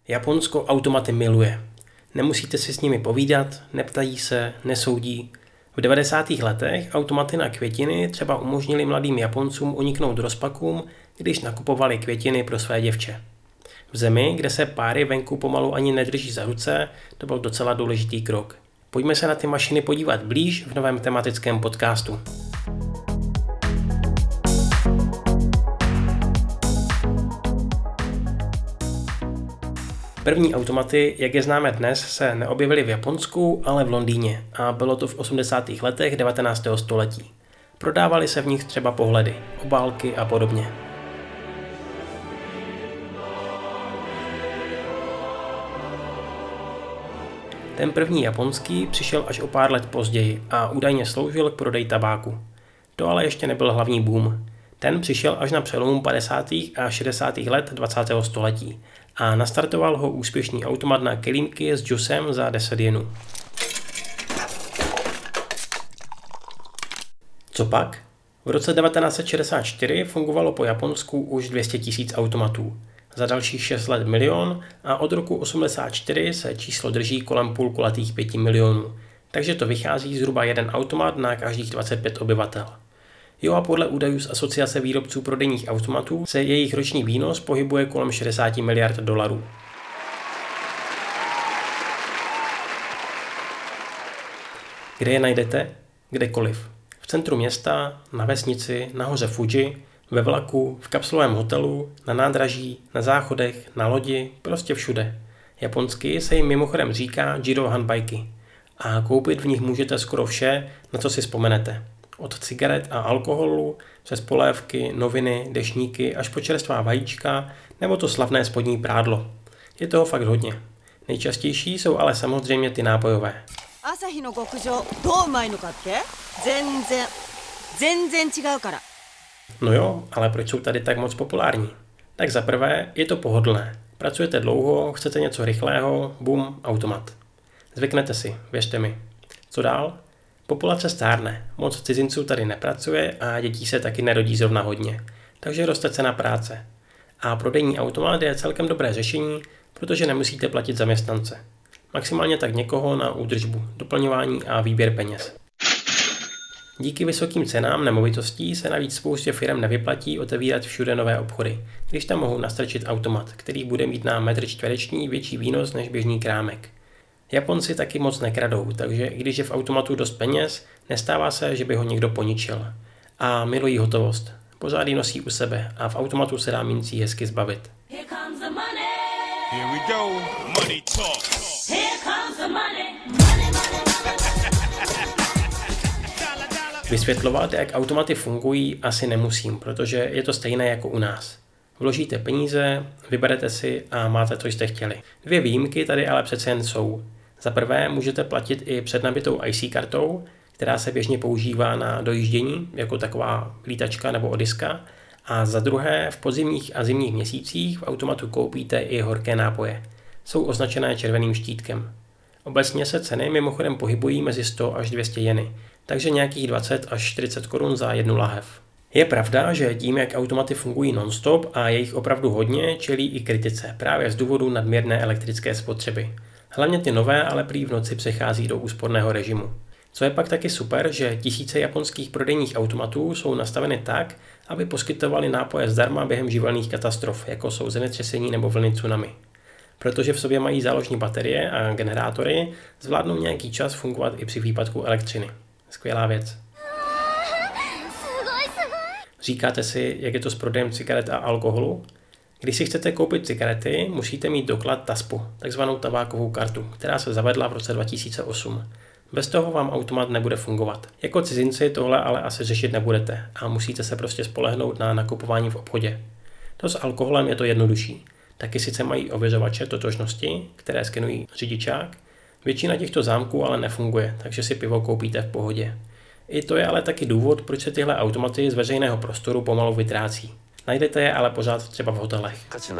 Japonsko automaty miluje. Nemusíte si s nimi povídat, neptají se, nesoudí. V 90. letech automaty na květiny třeba umožnili mladým Japoncům uniknout rozpakům, když nakupovali květiny pro své děvče. V zemi, kde se páry venku pomalu ani nedrží za ruce, to byl docela důležitý krok. Pojďme se na ty mašiny podívat blíž v novém tematickém podcastu. První automaty, jak je známe dnes, se neobjevily v Japonsku, ale v Londýně a bylo to v 80. letech 19. století. Prodávaly se v nich třeba pohledy, obálky a podobně. Ten první japonský přišel až o pár let později a údajně sloužil k prodeji tabáku. To ale ještě nebyl hlavní boom. Ten přišel až na přelomu 50. a 60. let 20. století a nastartoval ho úspěšný automat na kelímky s džusem za 10 jenů. Co pak? V roce 1964 fungovalo po Japonsku už 200 000 automatů. Za dalších 6 let 1 000 000 a od roku 1984 se číslo drží kolem půl kulatých 5 milionů. Takže to vychází zhruba jeden automat na každých 25 obyvatel. Jo a podle údajů z Asociace výrobců prodejních automatů se jejich roční výnos pohybuje kolem 60 miliard dolarů. Kde je najdete? Kdekoliv. V centru města, na vesnici, na hoře Fuji, ve vlaku, v kapsulovém hotelu, na nádraží, na záchodech, na lodi, prostě všude. Japonsky se jim mimochodem říká Jiro Hanbaiky a koupit v nich můžete skoro vše, na co si vzpomenete. Od cigaret a alkoholu, přes polévky, noviny, deštníky až po čerstvá vajíčka nebo to slavné spodní prádlo. Je toho fakt hodně. Nejčastější jsou ale samozřejmě ty nápojové. No jo, ale proč jsou tady tak moc populární? Tak za prvé je to pohodlné. Pracujete dlouho, chcete něco rychlého, bum, automat. Zvyknete si, věřte mi. Co dál? Populace stárne, moc cizinců tady nepracuje a dětí se taky nerodí zrovna hodně. Takže roste cena práce. A prodejní automat je celkem dobré řešení, protože nemusíte platit zaměstnance. Maximálně tak někoho na údržbu, doplňování a výběr peněz. Díky vysokým cenám nemovitostí se navíc spoustě firem nevyplatí otevírat všude nové obchody, když tam mohou nastrčit automat, který bude mít na metr čtvereční větší výnos než běžný krámek. Japonci taky moc nekradou, takže když je v automatu dost peněz, nestává se, že by ho někdo poničil. A milují hotovost. Pořád ji nosí u sebe a v automatu se dá mincí hezky zbavit. Vysvětlovat, jak automaty fungují, asi nemusím, protože je to stejné jako u nás. Vložíte peníze, vyberete si a máte, co jste chtěli. 2 výjimky tady ale přece jen jsou. Za prvé můžete platit i před nabitou IC kartou, která se běžně používá na dojíždění, jako taková lítačka nebo odiska. A za druhé, v podzimních a zimních měsících v automatu koupíte i horké nápoje. Jsou označené červeným štítkem. Obecně se ceny mimochodem pohybují mezi 100 až 200 jeny, takže nějakých 20 až 40 korun za jednu lahev. Je pravda, že tím, jak automaty fungují non-stop a je jich opravdu hodně, čelí i kritice, právě z důvodu nadměrné elektrické spotřeby. Hlavně ty nové ale prý v noci přechází do úsporného režimu. Co je pak taky super, že tisíce japonských prodejních automatů jsou nastaveny tak, aby poskytovaly nápoje zdarma během živelných katastrof, jako jsou zemětřesení nebo vlny tsunami. Protože v sobě mají záložní baterie a generátory, zvládnou nějaký čas fungovat i při výpadku elektřiny. Skvělá věc. Říkáte si, jak je to s prodejem cigaret a alkoholu? Když si chcete koupit cigarety, musíte mít doklad TASPu, takzvanou tabákovou kartu, která se zavedla v roce 2008. Bez toho vám automat nebude fungovat. Jako cizinci tohle ale asi řešit nebudete a musíte se prostě spolehnout na nakupování v obchodě. To s alkoholem je to jednodušší. Taky sice mají ověřovače totožnosti, které skenují řidičák. Většina těchto zámků ale nefunguje, takže si pivo koupíte v pohodě. I to je ale taky důvod, proč se tyhle automaty z veřejného prostoru pomalu vytrácí. Najdete je ale pořád třeba v hotelech.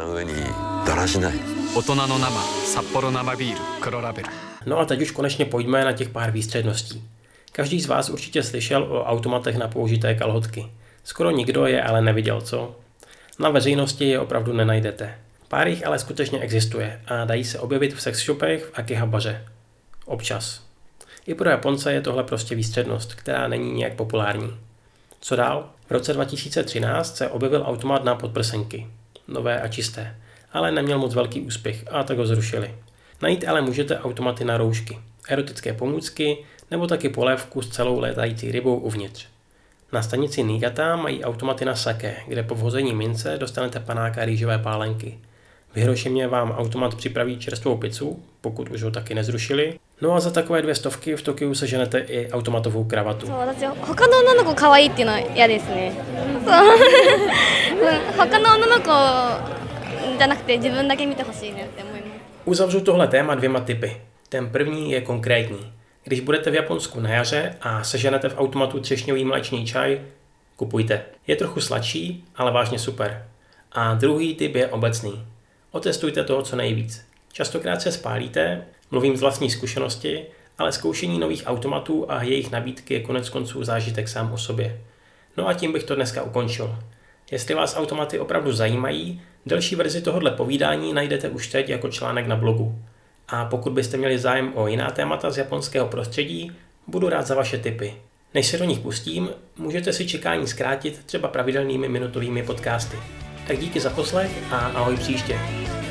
No a teď už konečně pojďme na těch pár výstředností. Každý z vás určitě slyšel o automatech na použité kalhotky. Skoro nikdo je ale neviděl, co? Na veřejnosti je opravdu nenajdete. Pár jich ale skutečně existuje a dají se objevit v sex shopech v Akihabaře. Občas. I pro Japonce je tohle prostě výstřednost, která není nějak populární. Co dál? V roce 2013 se objevil automat na podprsenky. Nové a čisté. Ale neměl moc velký úspěch a tak ho zrušili. Najít ale můžete automaty na roušky, erotické pomůcky nebo taky polévku s celou létající rybou uvnitř. Na stanici Niigata mají automaty na sake, kde po vhození mince dostanete panáka rýžové pálenky. V Hirošimě vám automat připraví čerstvou pizzu, pokud už ho taky nezrušili. No a za takové 200 v Tokiu seženete i automatovou kravatu. Uzavřu tohle téma 2 tipy. Ten první je konkrétní. Když budete v Japonsku na jaře a seženete v automatu třešňový mléčný čaj, kupujte. Je trochu sladší, ale vážně super. A druhý tip je obecný. Otestujte toho co nejvíc. Častokrát se spálíte, mluvím z vlastní zkušenosti, ale zkoušení nových automatů a jejich nabídky je koneckonců zážitek sám o sobě. No a tím bych to dneska ukončil. Jestli vás automaty opravdu zajímají, delší verzi tohohle povídání najdete už teď jako článek na blogu. A pokud byste měli zájem o jiná témata z japonského prostředí, budu rád za vaše tipy. Než se do nich pustím, můžete si čekání zkrátit třeba pravidelnými minutovými podcasty. Tak díky za poslech a ahoj příště.